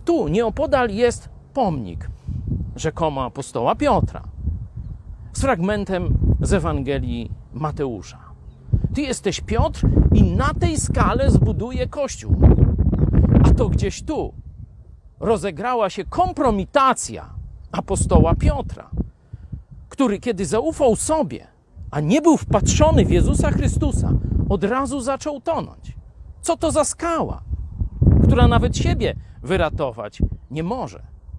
Tu nieopodal jest pomnik rzekomo apostoła Piotra z fragmentem z Ewangelii Mateusza. Ty jesteś Piotr i na tej skale zbuduję Kościół. A to gdzieś tu rozegrała się kompromitacja apostoła Piotra, który kiedy zaufał sobie, a nie był wpatrzony w Jezusa Chrystusa, od razu zaczął tonąć. Co to za skała, która nawet siebie wyratować nie może?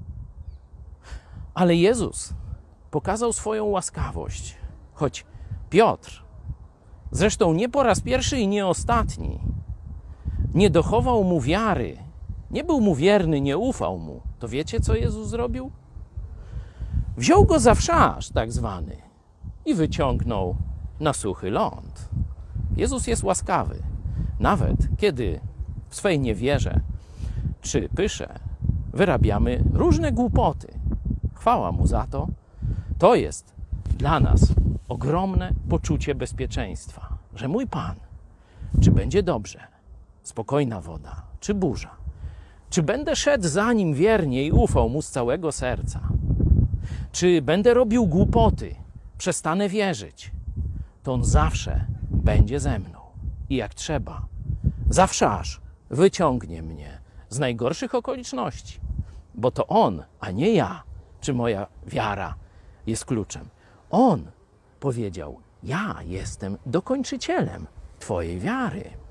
Ale Jezus pokazał swoją łaskawość, choć Piotr, zresztą nie po raz pierwszy i nie ostatni, nie dochował mu wiary, nie był mu wierny, nie ufał mu. To wiecie, co Jezus zrobił? Wziął go za wszasz, tak zwany, i wyciągnął na suchy ląd. Jezus jest łaskawy, nawet kiedy w swej niewierze czy pysze wyrabiamy różne głupoty. Chwała Mu za to. To jest dla nas ogromne poczucie bezpieczeństwa, że mój Pan, czy będzie dobrze, spokojna woda, czy burza, czy będę szedł za Nim wiernie i ufał Mu z całego serca, czy będę robił głupoty, przestanę wierzyć, to On zawsze będzie ze mną. I jak trzeba, zawsze aż wyciągnie mnie z najgorszych okoliczności, bo to On, a nie ja, czy moja wiara jest kluczem. On powiedział, ja jestem dokończycielem Twojej wiary.